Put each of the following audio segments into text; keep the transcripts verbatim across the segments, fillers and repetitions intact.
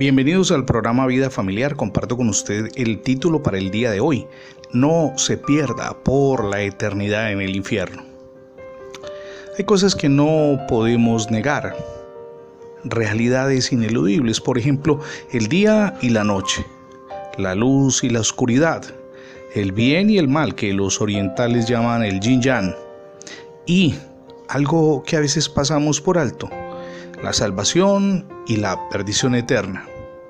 Bienvenidos al programa Vida Familiar. Comparto con usted el título para el día de hoy: No se pierda por la eternidad en el infierno. Hay cosas que no podemos negar, realidades ineludibles, por ejemplo, el día y la noche, la luz y la oscuridad, el bien y el mal, que los orientales llaman el yin-yang, y algo que a veces pasamos por alto: la salvación y la perdición eterna.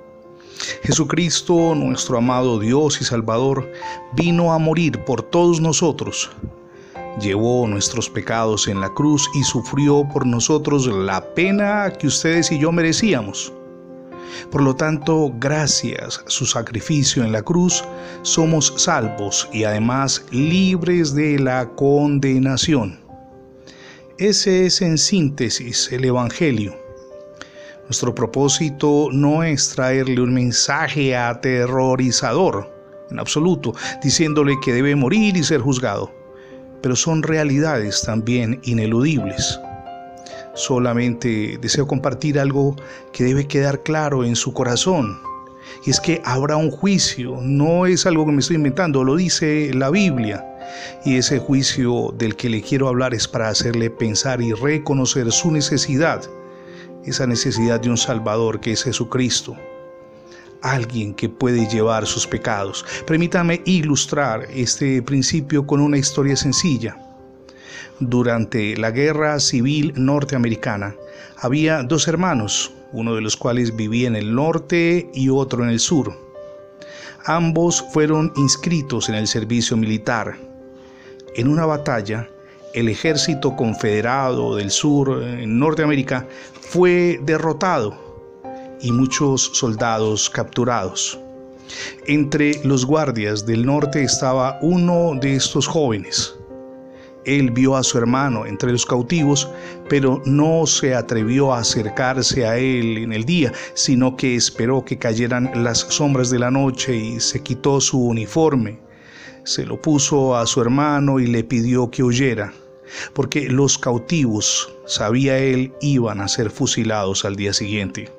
Jesucristo, nuestro amado Dios y Salvador, vino a morir por todos nosotros. Llevó nuestros pecados en la cruz y sufrió por nosotros la pena que ustedes y yo merecíamos. Por lo tanto, gracias a su sacrificio en la cruz, somos salvos y además libres de la condenación. Ese es en síntesis el Evangelio. Nuestro propósito no es traerle un mensaje aterrorizador, en absoluto, diciéndole que debe morir y ser juzgado, pero son realidades también ineludibles. Solamente deseo compartir algo que debe quedar claro en su corazón, y es que habrá un juicio. No es algo que me estoy inventando, lo dice la Biblia, y ese juicio del que le quiero hablar es para hacerle pensar y reconocer su necesidad. Esa necesidad de un Salvador que es Jesucristo, alguien que puede llevar sus pecados. Permítame ilustrar este principio con una historia sencilla. Durante la Guerra Civil Norteamericana había dos hermanos, uno de los cuales vivía en el norte y otro en el sur. Ambos fueron inscritos en el servicio militar. En una batalla, el ejército confederado del sur en Norteamérica fue derrotado y muchos soldados capturados. Entre los guardias del norte estaba uno de estos jóvenes. Él vio a su hermano entre los cautivos, pero no se atrevió a acercarse a él en el día, sino que esperó que cayeran las sombras de la noche y se quitó su uniforme. Se lo puso a su hermano y le pidió que huyera, porque los cautivos, sabía él, iban a ser fusilados al día siguiente.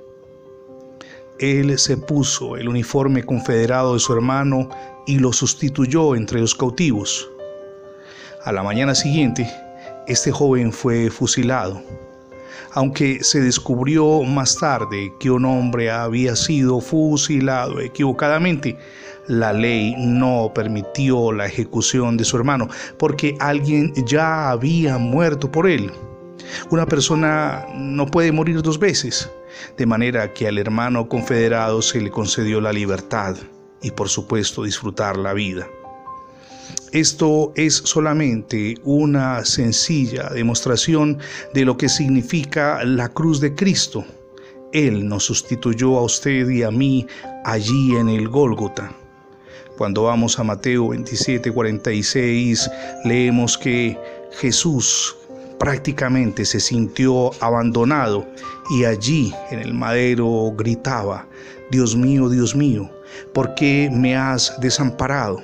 Él se puso el uniforme confederado de su hermano y lo sustituyó entre los cautivos. A la mañana siguiente, este joven fue fusilado. Aunque se descubrió más tarde que un hombre había sido fusilado equivocadamente, la ley no permitió la ejecución de su hermano, porque alguien ya había muerto por él. Una persona no puede morir dos veces, de manera que al hermano confederado se le concedió la libertad y, por supuesto, disfrutar la vida. Esto es solamente una sencilla demostración de lo que significa la cruz de Cristo. Él nos sustituyó a usted y a mí allí en el Gólgota. Cuando vamos a Mateo veintisiete, cuarenta y seis, leemos que Jesús prácticamente se sintió abandonado y allí en el madero gritaba: Dios mío, Dios mío, ¿por qué me has desamparado?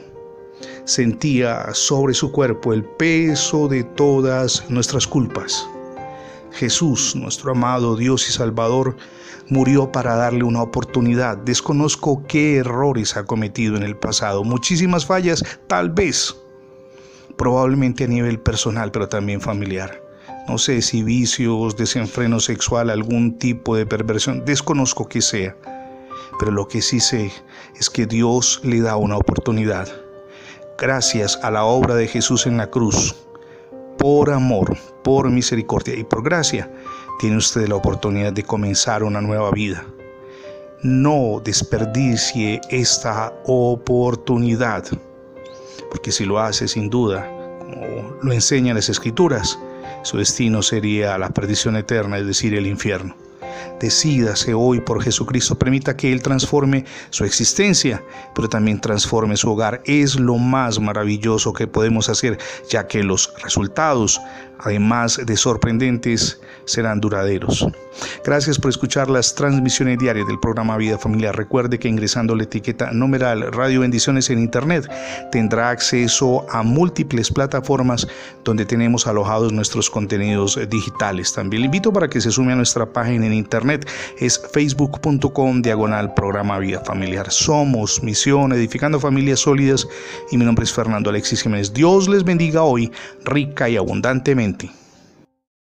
Sentía sobre su cuerpo el peso de todas nuestras culpas. Jesús, nuestro amado Dios y Salvador, murió para darle una oportunidad. Desconozco qué errores ha cometido en el pasado, muchísimas fallas, tal vez, probablemente a nivel personal, pero también familiar. No sé si vicios, desenfreno sexual, algún tipo de perversión, desconozco qué sea, pero lo que sí sé es que Dios le da una oportunidad. Gracias a la obra de Jesús en la cruz, por amor, por misericordia y por gracia, tiene usted la oportunidad de comenzar una nueva vida. No desperdicie esta oportunidad, porque si lo hace, sin duda, como lo enseñan las Escrituras, su destino sería la perdición eterna, es decir, el infierno. Decídase hoy por Jesucristo, permita que Él transforme su existencia, pero también transforme su hogar. Es lo más maravilloso que podemos hacer, ya que los resultados además de sorprendentes, serán duraderos. Gracias por escuchar las transmisiones diarias del programa Vida Familiar. Recuerde que ingresando la etiqueta numeral Radio Bendiciones en Internet tendrá acceso a múltiples plataformas donde tenemos alojados nuestros contenidos digitales. También le invito para que se sume a nuestra página en Internet, es facebook punto com diagonal programa Vida Familiar. Somos Misión Edificando Familias Sólidas y mi nombre es Fernando Alexis Jiménez. Dios les bendiga hoy rica y abundantemente.